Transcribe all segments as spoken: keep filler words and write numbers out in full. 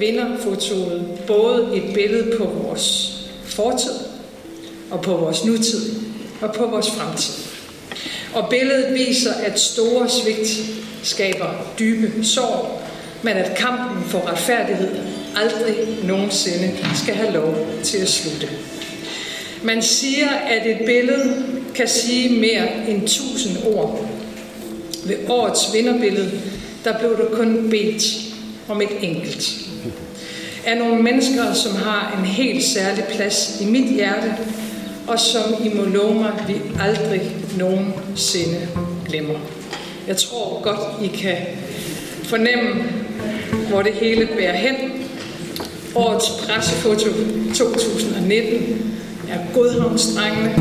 vinderfotoet både et billede på vores fortid, og på vores nutid, og på vores fremtid. Og billedet viser, at store svigt skaber dybe sorg, men at kampen for retfærdighed aldrig nogensinde skal have lov til at slutte. Man siger, at et billede kan sige mere end tusind ord. Ved årets vinderbillede, der blev der kun bedt om et enkelt. Af nogle mennesker, som har en helt særlig plads i mit hjerte, og som I må love mig, vi aldrig nogensinde glemmer. Jeg tror godt, I kan fornemme, hvor det hele bærer hen. Årets pressefoto to tusind nitten er Godhavnsdrengene.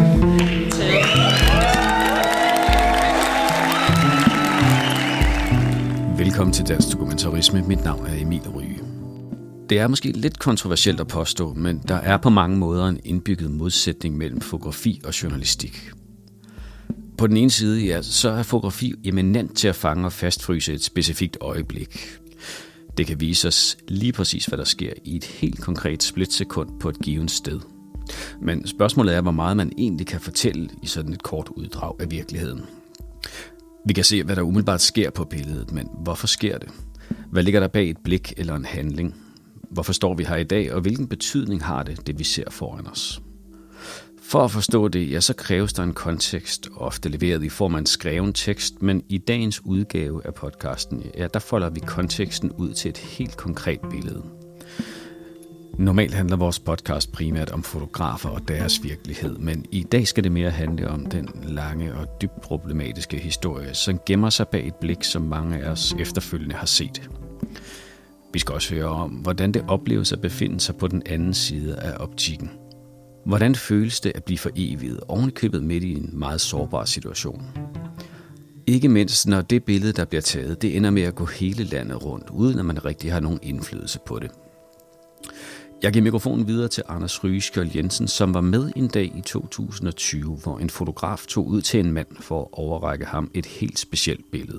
Velkommen til Dansk Dokumentarisme. Mit navn er Emil Ryge. Det er måske lidt kontroversielt at påstå, men der er på mange måder en indbygget modsætning mellem fotografi og journalistik. På den ene side, ja, så er fotografi eminent til at fange og fastfryse et specifikt øjeblik. Det kan vise os lige præcis, hvad der sker i et helt konkret splitsekund på et givet sted. Men spørgsmålet er, hvor meget man egentlig kan fortælle i sådan et kort uddrag af virkeligheden. Vi kan se, hvad der umiddelbart sker på billedet, men hvorfor sker det? Hvad ligger der bag et blik eller en handling? Hvorfor står vi her i dag, og hvilken betydning har det, det vi ser foran os? For at forstå det, ja, så kræves der en kontekst, ofte leveret i form af en skreven tekst, men i dagens udgave af podcasten, ja, der folder vi konteksten ud til et helt konkret billede. Normalt handler vores podcast primært om fotografer og deres virkelighed, men i dag skal det mere handle om den lange og dybt problematiske historie, som gemmer sig bag et blik, som mange af os efterfølgende har set. Vi skal også høre om, hvordan det opleves at befinde sig på den anden side af optikken. Hvordan føles det at blive foreviget ovenikøbet midt i en meget sårbar situation? Ikke mindst når det billede, der bliver taget, det ender med at gå hele landet rundt, uden at man rigtig har nogen indflydelse på det. Jeg giver mikrofonen videre til Anders Rygeskjold Jensen, som var med en dag i to tusind og tyve, hvor en fotograf tog ud til en mand for at overrække ham et helt specielt billede.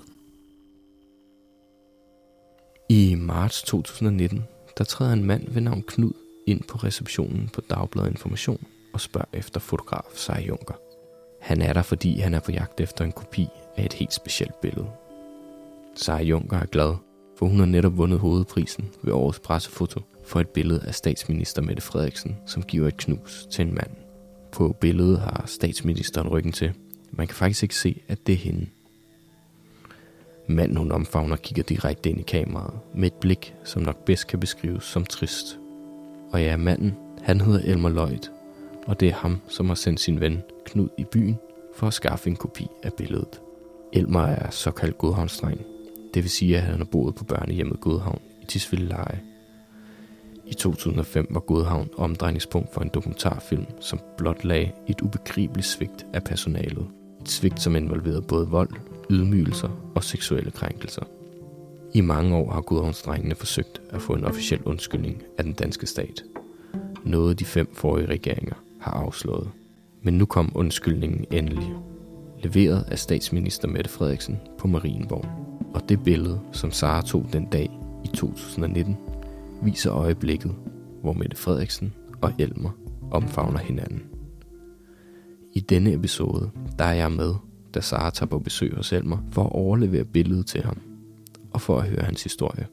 I marts to tusind nitten, der træder en mand ved navn Knud ind på receptionen på Dagbladet Information og spørger efter fotograf Sarah Junker. Han er der, fordi han er på jagt efter en kopi af et helt specielt billede. Sarah Junker er glad, for hun har netop vundet hovedprisen ved årets pressefoto for et billede af statsminister Mette Frederiksen, som giver et knus til en mand. På billedet har statsministeren ryggen til. Man kan faktisk ikke se, at det er hende. Manden, hun omfavner, kigger direkte ind i kameraet med et blik, som nok bedst kan beskrives som trist. Og ja, manden, han hedder Elmer Lloyd, og det er ham, som har sendt sin ven Knud i byen for at skaffe en kopi af billedet. Elmer er såkaldt Godhavnsdreng, det vil sige, at han har boet på børnehjemmet Godhavn i Tisvildeleje. I to tusind og fem var Godhavn omdrejningspunkt for en dokumentarfilm, som blotlagde et ubegribeligt svigt af personalet. Et svigt, som involverede både vold, ydmygelser og seksuelle krænkelser. I mange år har Godhavnsdrengene forsøgt at få en officiel undskyldning af den danske stat. Noget de fem forrige regeringer har afslået. Men nu kom undskyldningen endelig. Leveret af statsminister Mette Frederiksen på Marienborg. Og det billede, som Sarah tog den dag i to tusind nitten, viser øjeblikket, hvor Mette Frederiksen og Elmer omfavner hinanden. I denne episode, der er jeg med, da Sarah tager på besøg hos Elmer for at overlevere billedet til ham og for at høre hans historie.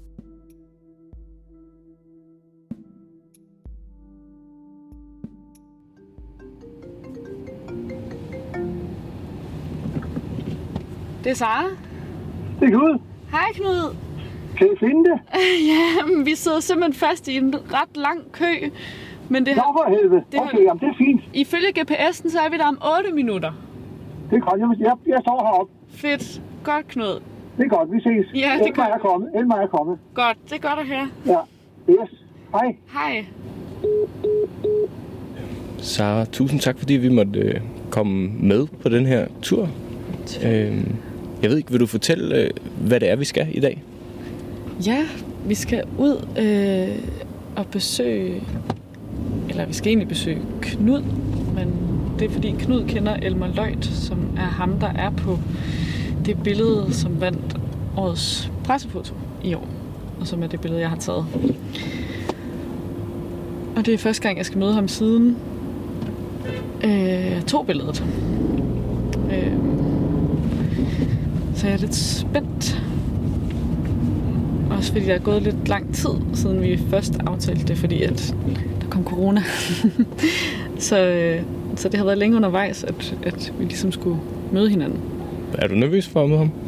Det er Sarah. Det er Knud. Hej Knud. Kan I finde det? Ja, men vi sidder simpelthen fast i en ret lang kø. Men det Nå for helvede. det Okay, jamen det er fint. Ifølge G P S'en, så er vi der om otte minutter. Det er godt. Jeg, jeg står heroppe. Fedt. Godt, Knud. Det er godt. Vi ses. Ja, det Elmer gør er kommet. Elmer er kommet. Godt, det er godt at høre. Ja. Yes. Hej. Hej. Sarah, tusind tak, fordi vi måtte øh, komme med på den her tur. Øh, jeg ved ikke, vil du fortælle, øh, hvad det er, vi skal i dag? Ja, vi skal ud øh, og besøge, eller vi skal egentlig besøge Knud, men det er fordi Knud kender Elmer Lloyd, som er ham, der er på det billede, som vandt årets pressefoto i år. og som er det billede, jeg har taget. Og det er første gang, jeg skal møde ham siden øh, to billedet. Øh, så jeg er lidt spændt. Også fordi der er gået lidt lang tid, siden vi først aftalte det, fordi at der kom corona. så, øh, så det har været længe undervejs, at, at vi ligesom skulle møde hinanden. Er du nervøs for at møde ham?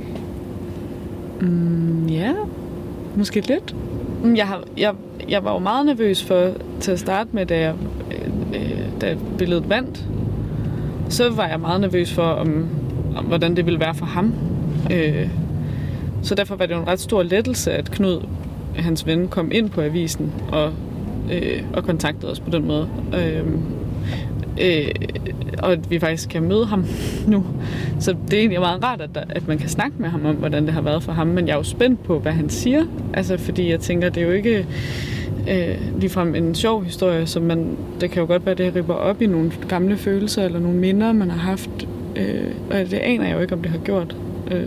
Mm, ja, måske lidt. Jeg, har, jeg, jeg var jo meget nervøs for til at starte med, da, jeg, øh, da billedet vandt. Så var jeg meget nervøs for, om, om hvordan det ville være for ham. Øh, så derfor var det jo en ret stor lettelse, at Knud, hans ven, kom ind på avisen og, øh, og kontaktede os på den måde. Øh, øh, og at vi faktisk kan møde ham nu. Så det er egentlig meget rart, at, der, at man kan snakke med ham om, hvordan det har været for ham. Men jeg er jo spændt på, hvad han siger. Altså, fordi jeg tænker, det er jo ikke øh, ligefrem en sjov historie, så man, det kan jo godt være, at det ripper op i nogle gamle følelser eller nogle minder, man har haft. Øh, og det aner jeg jo ikke, om det har gjort. Øh,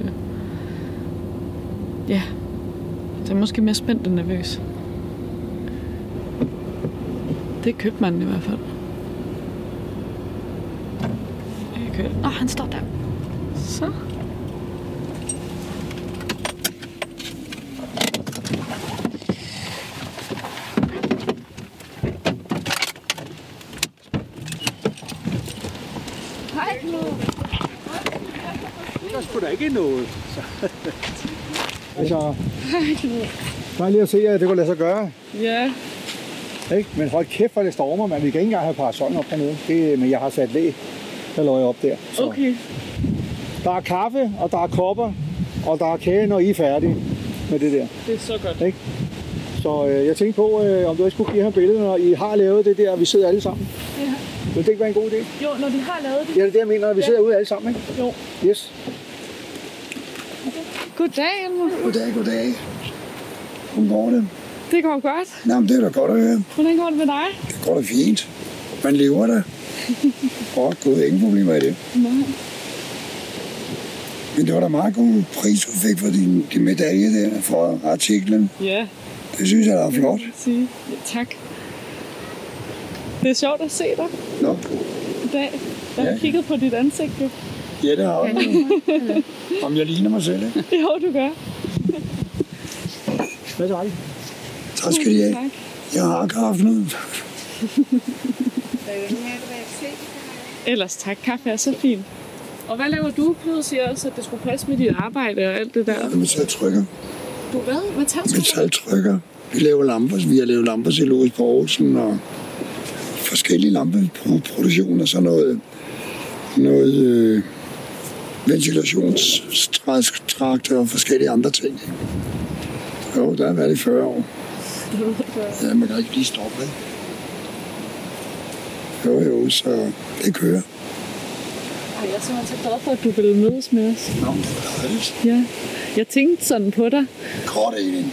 ja, så jeg er måske mere spændt end nervøs. Det er købmanden i hvert fald. Okay. Nå, han står der. Så. Hej, Knud. Der skulle da ikke noget. altså, Hej, Knud. bare lige at se, at det kunne lade sig gøre. Ja. Ikke? Men hold kæft, hvor det stormer, man. Vi kan ikke engang have parasollen op hernede. Det, men jeg har sat læg, der lå jeg op der. Så. Okay. Der er kaffe, og der er kopper, og der er kage, når I er færdige med det der. Det er så godt. Ikke? Så øh, jeg tænkte på, øh, om du ikke skulle give her billeder, når I har lavet det der, vi sidder alle sammen. Ja. Vil det ikke være en god idé? Jo, når de har lavet det. Ja, det er det, jeg mener, når vi Ja. sidder ude alle sammen, ikke? Jo. Yes. Goddag, Elmer. Goddag, goddag. Hvordan går det? Det går godt. Nå, men det er da godt at høre. Hvordan går det med dig? Det går da fint. Man lever da. Åh, oh, gud, ingen problemer i det. Nej. Men det var da meget god pris, du fik for din, din medalje der, for artiklen. Ja. Det synes jeg, der er flot. Sige. Ja, tak. Det er sjovt at se dig Nå, i dag. Jeg har Ja. kigget på dit ansigt. Jo, ja, det har jeg. Om jeg ligner mig selv, ikke? jo du gør. Hvad så? Tak skal I have. Tak. Jeg har kaffen ud. Ellers tak. Kaffe er så fint. Og hvad laver du? Knud siger også, at det skulle passe med dit arbejde og alt det der. Metaltrykker. Du hvad? Metaltrykker? Metaltrykker. Vi laver lamper. Vi har lavet lamper til Louis Poulsen og forskellige lampeproduktioner. Så noget, noget øh, ventilationstrakter og forskellige andre ting. Jo, der har været i fyrre år. Ja, man kan ikke lige stoppe, ikke? Jo, jo, så det kører. Ej, jeg er simpelthen så glad for, at du ville mødes med os. Nå, det er dejligt. Ja. Jeg tænkte sådan på dig. Kort enig.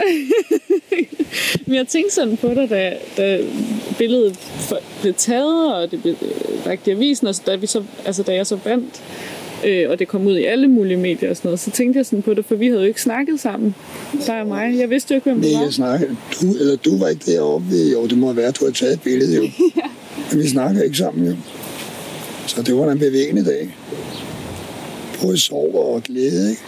Men jeg tænkte sådan på dig, da, da billedet blev taget, og det blev lagt i avisen, og så, da, vi så, altså, da jeg så vandt, øh, og det kom ud i alle mulige medier og sådan noget, så tænkte jeg sådan på det, for vi havde jo ikke snakket sammen, dig og mig. Jeg vidste jo ikke, hvem Nej, du var. jeg snakkede. Du, eller du var ikke deroppe. Jo, det må være, at du har taget et billede, jo. Ja. Men vi snakker ikke sammen, jo. Så det var en bevægende dag. Både sorg og glæde, ikke?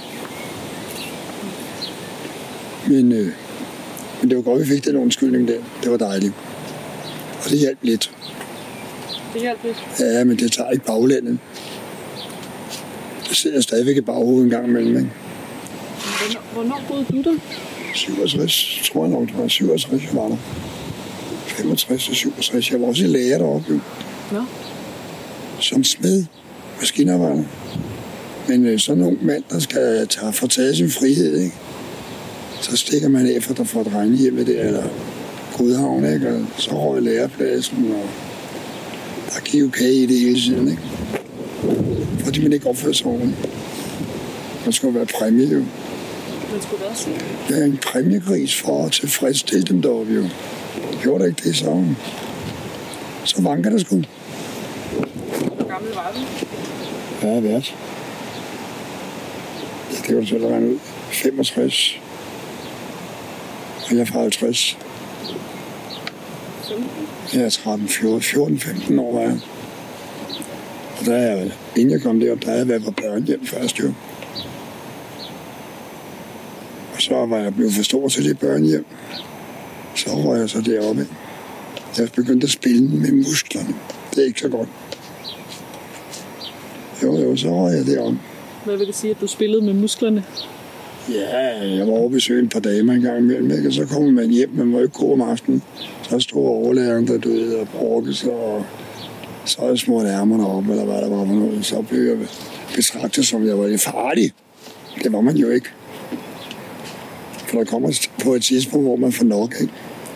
Men, øh, men det var godt, vi fik den undskyldning der. Det var dejligt. Og det hjalp lidt. Det hjalp lidt. Ja, men det tager ikke baglandet. Det sidder stadigvæk i baghovedet en gang imellem, ikke? Hvornår, hvornår boede du der? syvogtres, tror jeg nok, det var syvogtres, jeg var der. femogtres til syvogtres. Jeg var også i lærer deroppe, jo. Ja. Som smed, maskinarbejder. Men øh, sådan en ung mand, der skal tage, få taget sin frihed, ikke? Så stikker man af for, der får et regnehjemme der, eller Godhavn, ikke? Og så røg lærepladsen, og der gik jo kage i det hele tiden, ikke? Fordi man ikke opfører sig ordentligt. Der skulle være præmie, jo. Man skulle hvad sige? Ja, en præmiegris for at tilfredsstille dem deroppe, jo. Gjorde der ikke det, så, så vanker der sgu. Hvor gammel var du? Ja, jeg været. Ja, det var du selv regne ud. femogtres. Og jeg er fra halvtreds. Jeg er tretten, fjorten, femten år var jeg. Og der er, inden jeg kom derop, der havde jeg været på børnehjem først jo. Og så var jeg blevet for stor til det børnehjem. Så var jeg så deroppe. Jeg begyndte at spille med musklerne. Det er ikke så godt. Jo, jo, så var jeg deroppe. Hvad vil det sige, at du spillede med musklerne? Ja, jeg var over besøg et par damer en gang imellem, ikke? Og så kom man hjem, man var ikke gå om aftenen. Så stod overlæreren, der døde og brokkede sig, og så havde jeg smurt ærmerne op, eller hvad der var for noget. Så blev jeg betragtet som, jeg var lidt farlig. Det var man jo ikke. For der kommer på et tidspunkt, hvor man får nok, ikke?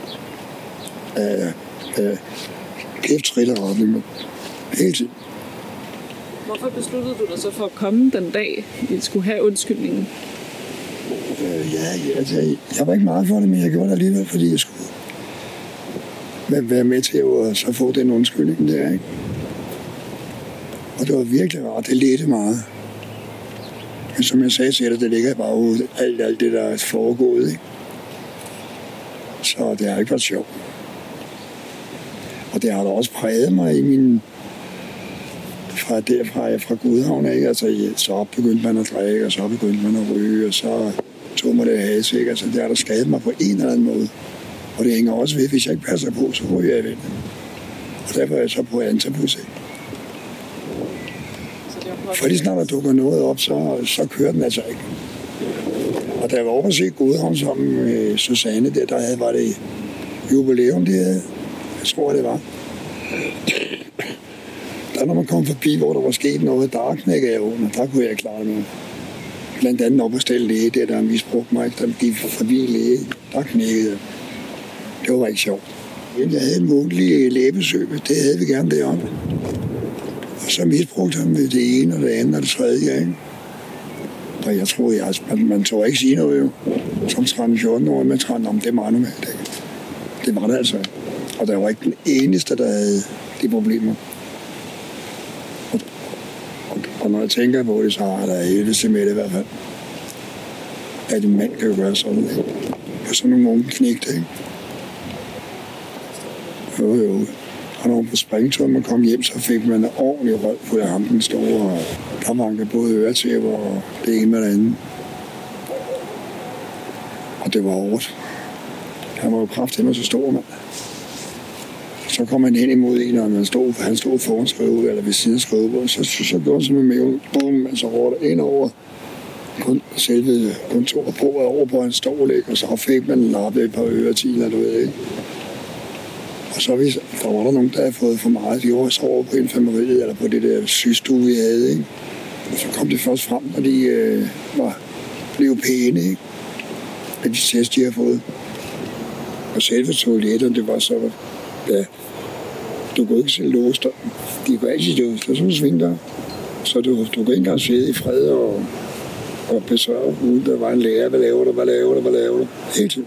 Uh, uh, kæft triller retning, hele tiden. Hvorfor besluttede du dig så for at komme den dag, I skulle have undskyldningen? Uh, ja, altså, jeg var ikke meget for det, men jeg gjorde det alligevel, fordi jeg skulle være med til at så få den undskyldning der, ikke? Og det var virkelig rart, det ledte meget. Men som jeg sagde til dig, det ligger bare ud alt, alt det, der er foregået, ikke? Så det har ikke været sjovt. Og det har da også præget mig i min... Fra derfra, fra Gudhavn, ikke? Altså, så begyndte man at drikke, og så begyndte man at ryge, og så tog man det has, ikke? Altså, det har da skadet mig på en eller anden måde. Og det hænger også ved, hvis jeg ikke passer på, så ryger jeg ved det. Og derfor er jeg så på antabus, ikke? For lige snart der dukker noget op, så, så kører den altså ikke. Og da jeg var over at se Gudhavn sammen med Susanne, der, der havde, var det jubilæum, de havde. Jeg tror, det var. Der når man kom forbi, hvor der var sket noget, der knækkede jeg under. Der kunne jeg klare noget. Blandt andet op at stille læge, der der misbrugte mig, der gik forbi læge. Der knækkede jeg. Det var ikke sjovt. Jeg havde en månedlig lægebesøg, det havde vi gerne deroppe. Og så misbrugte han med det ene og det andet og det tredje, ikke? Og jeg tror, jeg, man, man tog ikke sige noget jo. Som tretten fjorten år med tretten, om det var noget med det. Det var det altså. Og der var ikke den eneste, der havde de problemer. Og, og, og når jeg tænker på det, så har der helvede med det i hvert fald. At en mand kan jo gøre sådan, ikke? Og sådan nogle unge knægte, ikke? Jo, jo. Og når man på springtur, man kom hjem, så fik man en ordentlig rød på ham, den store. Og der manglede både øretæpper og det ene med det andet. Og det var hårdt. Han var jo kraftigt så stor, mand. Så kom han hen imod en, og han stod, han stod foran skrivebordet, eller ved siden af skrivebordet. Så, så, så gjorde han sådan med maven, bum, altså rådte ind over kun, selve kontoret på, og over på hans stol, ikke? Og så fik man en lappe et par øretiner, du ved, ikke? Og så hvis, der var der nogen, der havde fået for meget. De var så over på infirmeriet, eller på det der systue, vi havde, ikke? Og så kom det først frem, når de øh, var blevet pæne, ikke? Af de test, de havde fået. Og selve toiletterne, det var så, ja, du kunne ikke selv låse dig. De kunne altid låse dig, sådan sving der. Så du, du kunne ikke engang sidde i fred og, og besørge, uden der var en lærer, hvad laver du, hvad laver du, hvad laver du, hele tiden.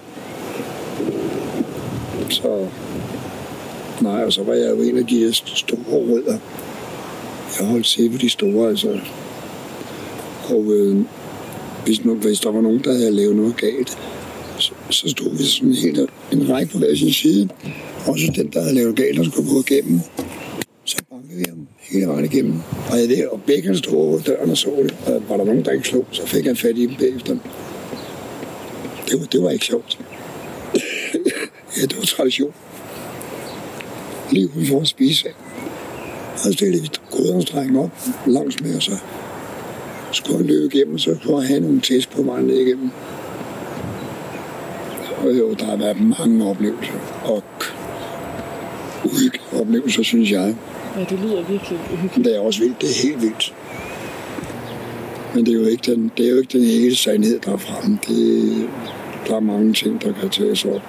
Så, nej, og så var jeg jo en af de store rødder. Jeg holdt til på de store, altså. Og øh, hvis, hvis der var nogen, der havde lavet noget galt, så, så stod vi sådan helt en række på hver sin side. Også den, der havde lavet galt, der skulle gå igennem. Så bankede vi ham hele vejen igennem. Og jeg ved, og begge han stod over døren og så det. Og var der nogen, der ikke slog, så fik han fat i dem bagefter. Det var, det var ikke sjovt. Ja, det var tradition. Lige ude for at spise af. Og så stillede vi Gudhavnsdrengen op langs med, og så skulle han løbe igennem, så kunne han have nogle tæsk på vejen ned igennem. Og jo, der har været mange oplevelser, og uhyggelige oplevelser, synes jeg. Ja, det lyder virkelig uhyggeligt. Det er også vildt, det er helt vildt. Men det er jo ikke den, det er jo ikke den hele sandhed, der er fremme. Det, der er mange ting, der kan tages op.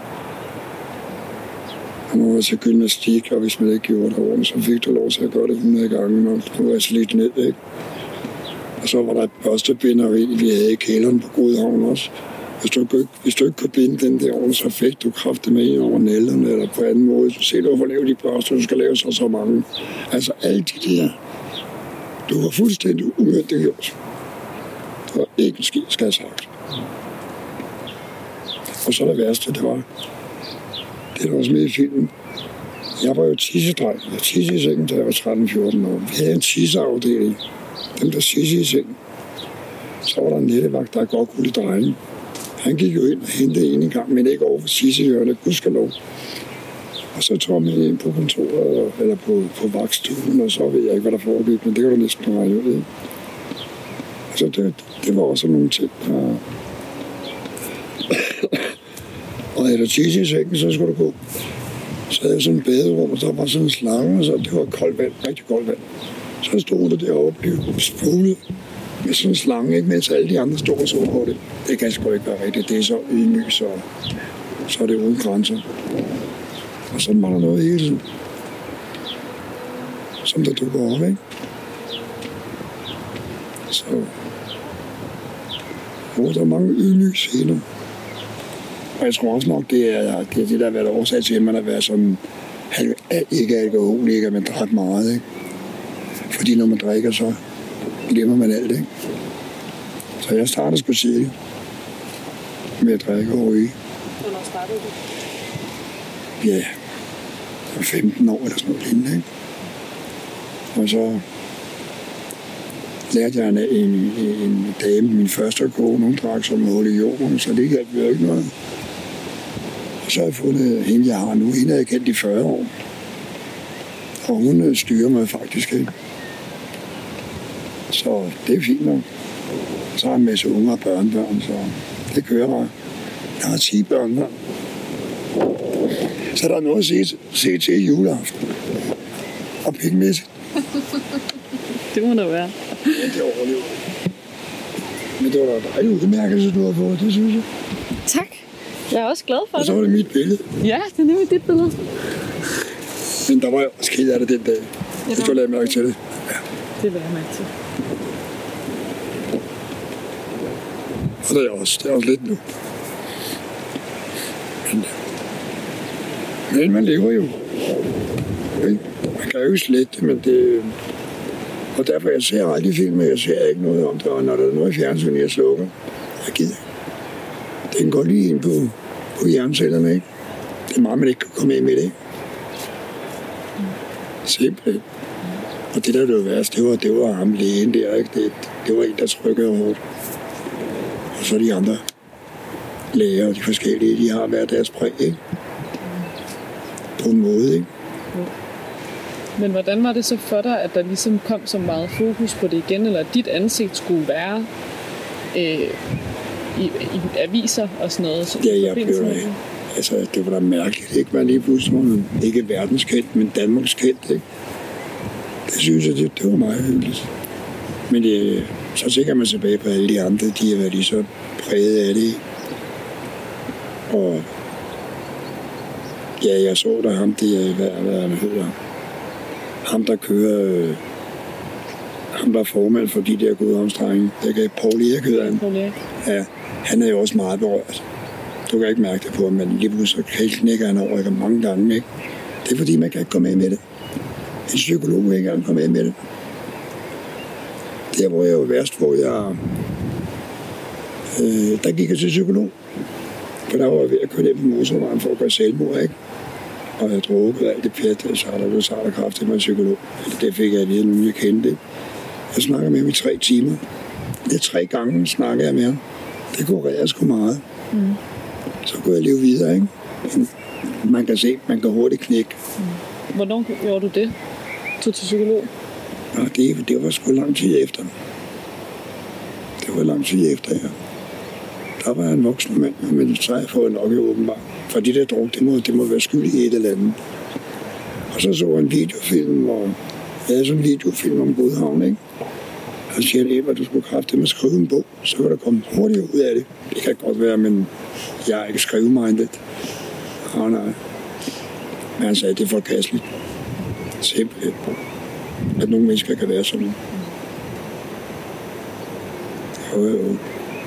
Og nu var jeg til gymnastik, og hvis man ikke gjorde det ordentligt, så fik du lov til at gøre det hundrede gange, og nu er jeg slidt ned, ikke? Og så var der et børstebinderi, vi havde i kælderen på Gudhavn også. Hvis du, ikke, hvis du ikke kunne binde den der ordentligt, så fik du kraftigt med en over nælderne, eller på anden måde. Så se du, hvor lave de børster, du skal lave så så mange. Altså alle de der, du var fuldstændig umyndiggjort. Det var ikke skidt, skal jeg sagt. Og så det værste, det var, det der også med i filmen. Jeg var jo tissedreng. Jeg tissede i sengen, da jeg var tretten fjorten år. Vi havde en tisseafdeling. Dem, der tissede i sengen. Så var der en nettevagt, der godt kunne lide drenge. Han gik jo ind og hentede en en gang, men ikke over for tissehjørnet. Gudskelov. Og så tog man ind på kontoret, eller på, på vagtstuen, og så ved jeg ikke, hvad der foregik, men det var der næsten regne ud. Så det, det var også nogle ting, der... Og da der tisse i sengen, så skulle du gå. Så havde jeg sådan et baderum, og der var sådan en slange, og så det var koldt vand, rigtig koldt vand. Så stod der deroppe og blev sprulet med sådan en slange, ikke, mens alle de andre stod og så på det. Det kan sgu ikke være rigtigt. Det er så ydmyg, så, så er det uden grænser. Og sådan var der noget hele tiden, som der dukker op, ikke? Så... Jo, der er mange ydmyge scener. Og jeg tror også nok, det er det, er det der har været årsag til, at man har været sådan, ikke alkoholiker, men drak meget, ikke? Fordi når man drikker, så glemmer man alt, ikke? Så jeg startede sgu tidligt med at drikke og ryge. Hvornår startede du? Ja, jeg var femten år eller sådan noget lignende, ikke? Og så lærte jeg en, en, en dame, min første kone, hun drak som hul i jorden, så det hjalp jo ikke noget. Og så har jeg fundet hende, jeg har nu. Hende har jeg kendt i fyrre år. Og hun styrer mig faktisk, ikke? Så det er fint nok. Så har jeg en masse unger og børnebørn, så det kører bare. Jeg har ti børnebørn. Så der er noget at se, se til i juleaften. Og pengemæssigt. Det må der være. Ja, det overlever. Men det var da en dejlig udmærkelse, du har fået, det synes jeg. Tak. Jeg er også glad for det. Og så var det mit billede. Ja, det er nemlig dit billede. Men der var jeg også ked af det den dag. Ja, hvis du lagde mærke til det. Ja. Det vil jeg mærke til. Og det er også, det er også lidt nu. Men, men man lever jo. Man kan jo ikke slette det, men det... Og derfor, jeg ser aldrig film, jeg ser ikke noget om det, og når der er noget i fjernsynet, jeg slukker, jeg gider. Det kan godt lige ind på, på hjernecellerne, ikke? Det er meget, man ikke kan komme ind med det, ikke? Simpelthen. Og det der det var værst, det var, det var ham lægen der, ikke? Det, det var en, der trykkede hårdt. Og så de andre læger og de forskellige, de har hver deres præg, ikke? På en måde, ikke? Men hvordan var det så for dig, at der ligesom kom så meget fokus på det igen, eller at dit ansigt skulle være øh, i, i aviser og sådan noget? Så ja, jeg blev da, altså det var da mærkeligt, ikke? Man lige pludselig man ikke verdenskendt, men Danmarks kendt, ikke? Det synes jeg, det, det var meget hyggeligt. Men det, så tænker man tilbage på alle de andre, de har været lige så præget af det. Og ja, jeg så der ham, det er, hvad, hvad han hedder. Ham, der kører... Øh, ham, der er formand for de der gode omstrækninger. Det kan Paul Erik hedder han. Paul Erik. Ja, han er jo også meget berørt. Du kan ikke mærke det på ham, men lige pludselig så knækker han over ikke mange gange, ikke? Det er fordi, man kan ikke komme med med det. En psykolog vil ikke gerne komme med med det. Der, hvor jeg var værst, hvor jeg... Øh, der gik jeg til psykolog. For der var jeg ved at køre ned på motorvejen for at gøre selvmord, ikke? Og jeg drukket alt det pjat, så har der blevet sagt, at kraft til mig psykolog. Det fik jeg at vide, nu jeg kendte det. Jeg snakker med ham i tre timer. Det er tre gange, snakker jeg med ham. Det kurerer sgu meget. Mm. Så kunne jeg leve videre, ikke? Men man kan se, man kan hurtigt knække. Mm. Hvornår gjorde du det? Tog til psykolog? Ja, det, det var sgu lang tid efter. Det var lang tid efter, ja. Der var jeg en voksen mand, men så har jeg fået nok i åbenbart. For de der druk, det må, det må være skyld i et eller andet. Og så så jeg en videofilm, hvor jeg havde sådan en videofilm om Godhavn, ikke? Og så siger han, at du skulle kræfte med at skrive en bog, så kan der komme hurtigt ud af det. Det kan godt være, men jeg er ikke skrivemindet. Oh, nej. Men han sagde, det er forkasteligt. Simpelthen. At nogle mennesker kan være sådan. Jo, jo.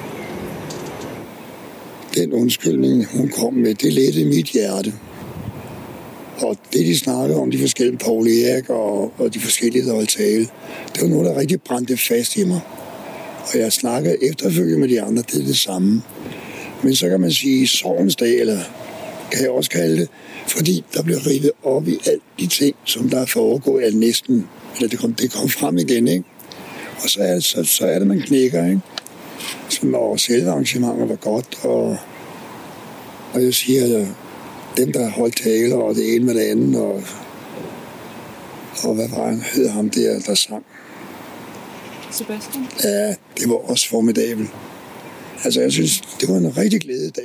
Den undskyldning, hun kom med, det lette mit hjerte. Og det, de snakkede om, de forskellige Paul Erik og, og de forskellige, der holdt tale, det var noget, der rigtig brændte fast i mig. Og jeg snakkede efterfølgende med de andre, det er det samme. Men så kan man sige sorgens dag, eller kan jeg også kalde det, fordi der bliver rivet op i alt de ting, som der er foregået, eller næsten, eller det kom, det kom frem igen, ikke? Og så er det, så, så er det man knækker, ikke? Så når selve arrangementet var godt, og, og jeg siger, at dem, der holdt taler, og det ene med det andet, og, og hvad var han, hed ham der, der sang? Sebastian? Ja, det var også formidabelt. Altså, jeg synes, det var en rigtig glædedag.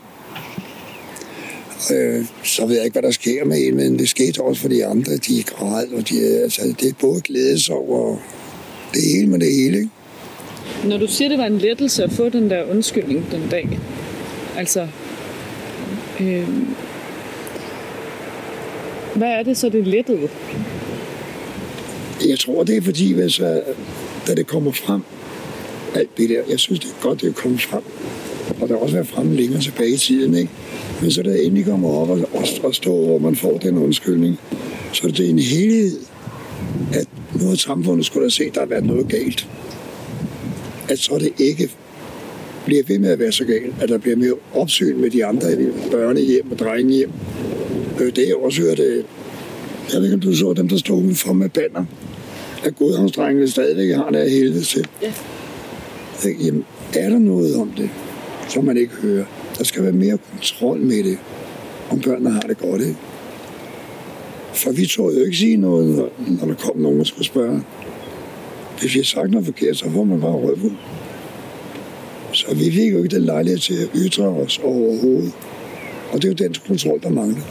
Øh, så ved jeg ikke, hvad der sker med en, men det skete også for de andre. De græd, og de, altså, det er både glædes over det hele med det hele, ikke? Når du siger, det var en lettelse at få den der undskyldning den dag, altså, øh, hvad er det så, det lettede? Jeg tror, det er fordi, hvis, da det kommer frem, alt det der, jeg synes, det er godt, det er kommet frem. Og der har også været fremme længere tilbage i tiden, ikke? Men så der endelig kommer op og, og, og står, hvor man får den undskyldning, så er det en helhed, at noget samfundet skulle da se, der har været noget galt. At så det ikke bliver ved med at være så galt, at der bliver mere opsyn med de andre børnehjem og drengehjem. Det er jo også hørt, jeg ved ikke, om du så dem, der stod udenfor med banner, at godhavnsdrengene stadigvæk har det af helvede til. Ja. Jamen, er der noget om det, som man ikke hører? Der skal være mere kontrol med det, om børnene har det godt, ikke? For vi tror jo ikke sige noget, når der kom nogen, der skulle spørge. Hvis vi har sagt noget forkert, så får man bare rødfuld. Så vi fik jo ikke den lejlighed til at ytre os overhovedet. Og det er jo den kontrol, der mangler.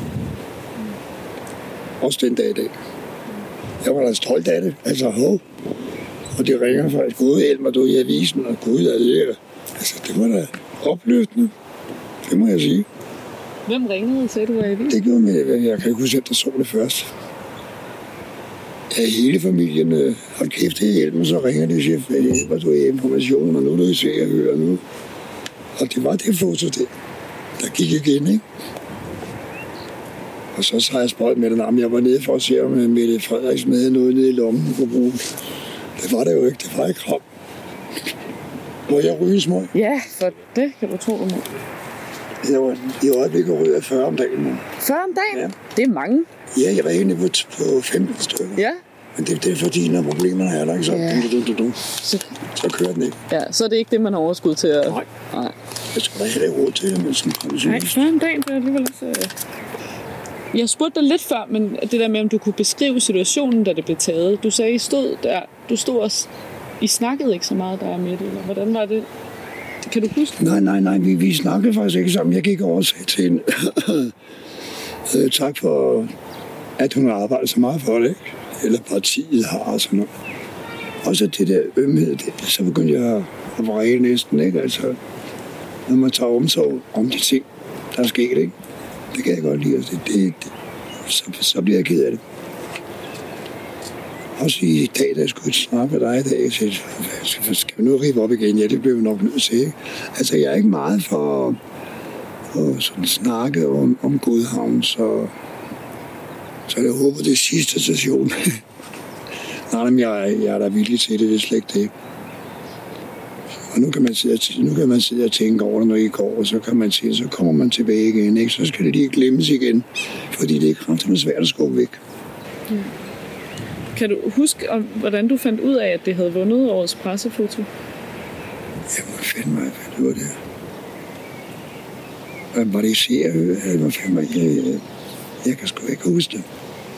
Også den dag i dag. Jeg var da stolt af det. Altså, hov. Og de ringer faktisk, gud hjælp mig, du i avisen, og gud er det. Altså, det var da opløftende. Det må jeg sige. Hvem ringede, sagde du, var i avisen? Det gjorde med, jeg kan ikke huske, at der så det først. Ja, hele familien, hold kæft, det hjælper, så ringer de og siger, at jeg hjælper, du i informationen, og nu er du se, jeg hører nu. Og det var det foto der, der gik igen, ikke? Og så sagde jeg spøjt med den arm. Jeg var nede for at se, om Mette Frederiksen havde noget nede i lommen på brugen. Det var det jo ikke. Det var ikke ham. Må jeg ryge små? Ja, for det kan du tro, du må. Jeg var i øjeblikket ryge fyrre om dagen. fyrre om dagen? Ja. Det er mange. Ja, jeg var egentlig på, på femten stykker. Ja. Men det, det er fordi, når problemerne er der, ikke? Så, ja. du, du, du, du. Så, så kører den ikke. Ja, så er det ikke det, man har overskud til at... Nej. Nej. Jeg skal da have det råd til det, men sådan kommer Nej, fyrre om dagen, det er alligevel også... Jeg spurgte dig lidt før, men det der med, om du kunne beskrive situationen, da det blev taget. Du sagde, I stod der, du stod og... I snakkede ikke så meget der med det, eller hvordan var det? Kan du huske? Nej, nej, nej, vi, vi snakkede faktisk ikke sammen. Jeg gik over og sagde til hende, øh, tak for, at hun har arbejdet så meget for det, ikke? Eller partiet har og sådan noget. Og så det der ømhed, det, så begyndte jeg at vrede næsten, ikke? Altså, når man tager omsorg om de ting, der er sket, ikke? Det kan jeg godt lide. Det, det, det, så, så bliver jeg ked af det. Også i dag, da jeg skulle snakke med dig i dag, så skal, skal vi nu rive op igen? Ja, det bliver vi nok nødt til, ikke? Altså, jeg er ikke meget for at sådan snakke om, om Godhavn, så, så jeg håber, det er sidste station. Nej, men jeg, jeg er da villig til det, det er slet ikke det. Og nu kan man sidde, nu kan man sidde og tænke over det, når I går, og så kan man sige, så kommer man tilbage igen, ikke? Så skal det lige glemmes igen, fordi det er kraftigt svært at skubbe væk. Mm. Kan du huske, om, hvordan du fandt ud af, at det havde vundet årets pressefoto? Jeg må finde mig, hvad det var det. Hvad var det, I siger? Jeg må finde mig, jeg, jeg, jeg kan sgu ikke huske det.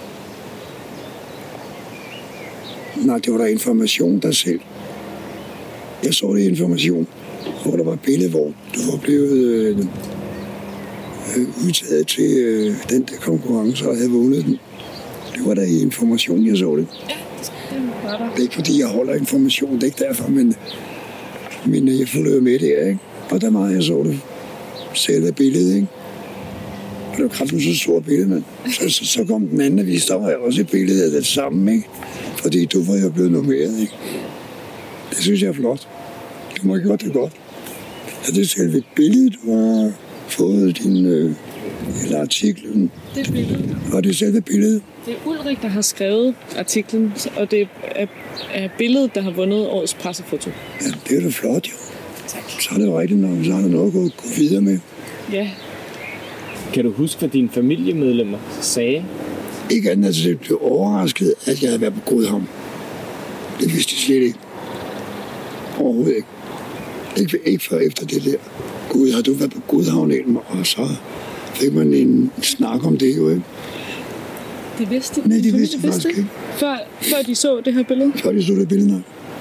Nej, det var der Information, der selv. Jeg så det i Information, hvor der var et billede, hvor du var blevet øh, øh, udtaget til øh, den der konkurrence og havde vundet den. Det var der i Information, jeg så det. Ja, det var der. Det er ikke, fordi jeg holder Information, det er ikke derfor, men, men jeg følger med det, ikke? Og der var jeg så det selve billedet, ikke? Og det var kraftigt så stort billede, men så, så, så kom den anden avis, der var jeg også et billede af det samme, ikke? Fordi du var jo blevet nummeret, ikke? Det synes jeg er flot. Du må gøre det godt. Er det selve billedet, du har fået din øh, eller artiklen? Det er billedet. Og det er selve billedet? Det er Ulrik, der har skrevet artiklen, og det er, er billedet, der har vundet årets pressefoto. Ja, det er da flot, jo. så er det jo rigtigt, når så er der noget at gå, gå videre med. Ja. Kan du huske, hvad dine familiemedlemmer sagde? Ikke andet, at det blev overrasket, at jeg havde været på Godhavn. Det vidste de slet ikke. Overhovedet ikke. Ikke, ikke før efter det der. Gud, har du været på Godhavn, Elmer? Og så fik man en snak om det jo, ikke? De vidste Nej, de vidste faktisk ikke. Før, før de så det her billede? Før de så det billede, nej.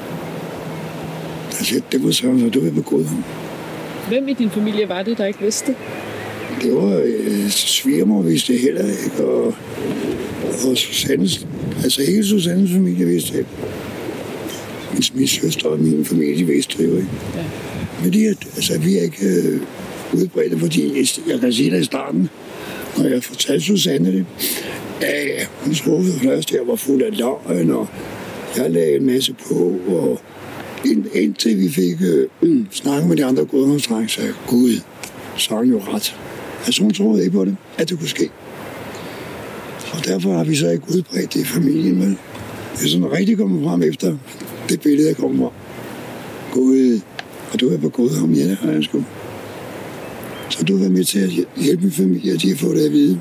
Der sagde, det var sådan, at du var på Godhavn. Hvem i din familie var det, der ikke vidste? Det var øh, svigermor, vidste det heller ikke, og, og Susannes, altså hele Susannes familie vidste det. Men min søster og min familie vidste det jo ikke. Ja. Men det, altså, vi er ikke øh, udbredte, fordi jeg kan sige det i starten, når jeg fortalte Susanne det, ja, hun troede først, at jeg var fuld af løgn, og jeg lagde en masse på, og ind, indtil vi fik øh, snakket med de andre godhavnsdrenge, så jeg, Gud, så er han jo ret. Altså hun troede ikke på det, at det kunne ske. Og derfor har vi så ikke udbredt det i familien, men det er sådan rigtig kommet frem efter det billede, jeg kommer fra. Gud, og du er på Godhavn, ja, det har jeg sgu. Så du har været med til at hjælpe min familie, at de har fået det at vide.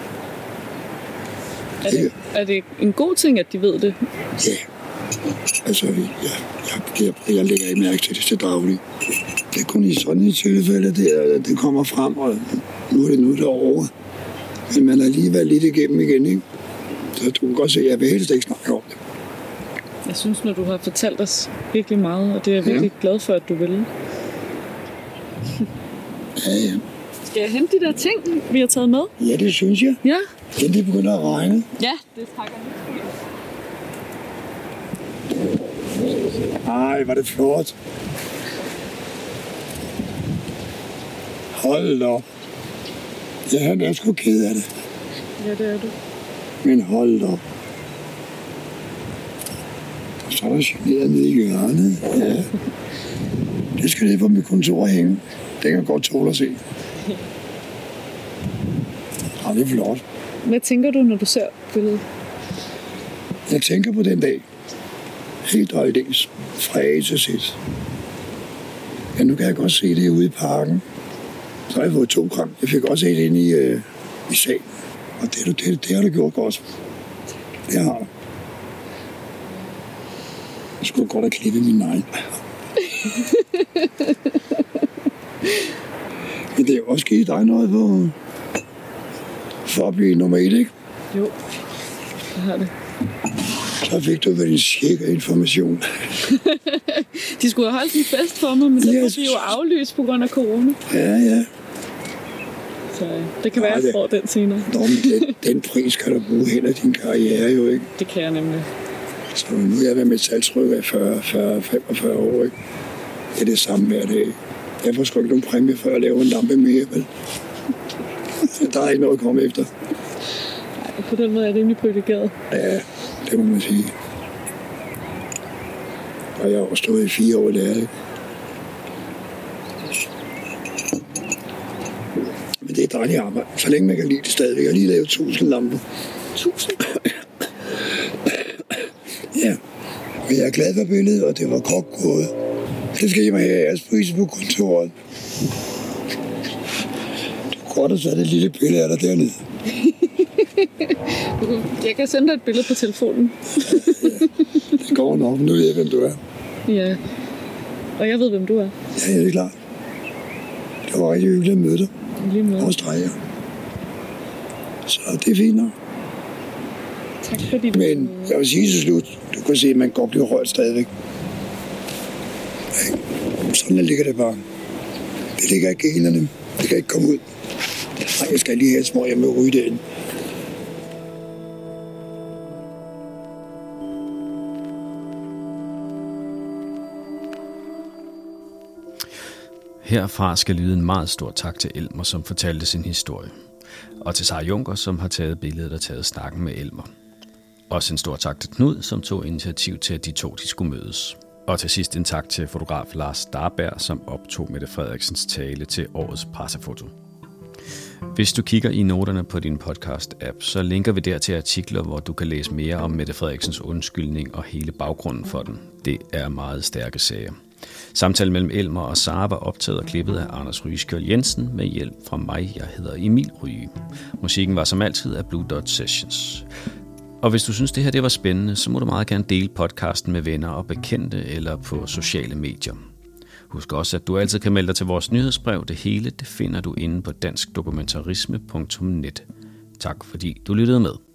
Er det, er det en god ting, at de ved det? Ja. Altså, jeg, jeg, jeg, jeg lægger ikke mærke til det til daglig. Det er kun i sådan et tilfælde, at det kommer frem, og nu er det nu derovre. Men man har lige været lidt igennem igen, ikke? Så du kan godt se, at jeg vil helst ikke snakke om det. Jeg synes, når du har fortalt os virkelig meget, og det er jeg virkelig ja. glad for, at du vil. Ja, ja. Skal jeg hente de der ting, vi har taget med? Ja, det synes jeg. Ja. Ja, det begynder at regne. Ja, det trækker lidt. Ej, var det flot. Hold da op. Ja, han er sgu ked af det. Ja, det er du. Men hold da op. Og så er der generet nede i hjørnet. Ja. Det skal det på mit kontor hænge. Det kan godt tåle at se. Ja, det er flot. Hvad tænker du, når du ser billedet? Jeg tænker på den dag. Helt og aldeles. Fra A til Z. Ja, nu kan jeg godt se det ude i parken. Så har jeg fået to kram. Jeg fik også et ind i, øh, i salen. Og det, det, det, det har du gjort godt. Det har du. Jeg skulle godt have klippet min negl. Men det er jo også givet dig noget for, for at blive nummer et, ikke? Jo, det har det. Så fik du vel en tjek af information. De skulle have holdt en fest for mig, men det yes. måtte jo aflyst på grund af corona. Ja, ja. Så det kan være, at jeg får den senere. Nå, men den, den pris kan du bruge hen af din karriere jo, ikke? Det kan jeg nemlig. Så nu er jeg været metaltrykker i fyrre, fyrre, femogfyrre år, ikke? Det er det samme hver dag. Jeg får sgu ikke nogen præmie, før jeg laver en lampe mere, vel? Der er ikke noget at komme efter. Nej, på den måde er jeg rimelig privilegeret. Ja, det må man sige. Og jeg har også stået i fire år der, ikke? Men det er dejligt arbejde, så længe man kan lide det stadigvæk. Jeg har lige lavet tusind lamper. Tusind? Ja, men jeg er glad for billedet, og det var godt gået. Det skal I mig have jeres pris på kontoret. Du kunne godt have sat et lille billede af dig dernede. Jeg kan sende dig et billede på telefonen. Ja, det går nok. Nu ved jeg, hvem du er. Ja, og jeg ved, hvem du er. Ja, det er klart. Det var rigtig hyggeligt at møde dig. Lige måde. Og streger. Så det er fint nok. Tak fordi du... Men jeg vil sige til slut, du kan se, at man godt bliver rørt stadigvæk. Sådan ligger det bare. Det ligger ikke i generne. Det kan ikke komme ud. Nej, jeg skal lige have et små, jeg må ryge det ind. Herfra skal lyde en meget stor tak til Elmer, som fortalte sin historie. Og til Sara Junker, som har taget billedet og taget snakken med Elmer. Også en stor tak til Knud, som tog initiativ til, at de to de skulle mødes. Og til sidst en tak til fotograf Lars Starberg, som optog Mette Frederiksens tale til årets pressefoto. Hvis du kigger i noterne på din podcast-app, så linker vi der til artikler, hvor du kan læse mere om Mette Frederiksens undskyldning og hele baggrunden for den. Det er meget stærke sager. Samtalen mellem Elmer og Sara var optaget og klippet af Anders Ryeskjold Jensen med hjælp fra mig. Jeg hedder Emil Ryge. Musikken var som altid af Blue Dot Sessions. Og hvis du synes, det her det var spændende, så må du meget gerne dele podcasten med venner og bekendte eller på sociale medier. Husk også, at du altid kan melde dig til vores nyhedsbrev. Det hele det finder du inde på dansk dokumentarisme punktum net. Tak fordi du lyttede med.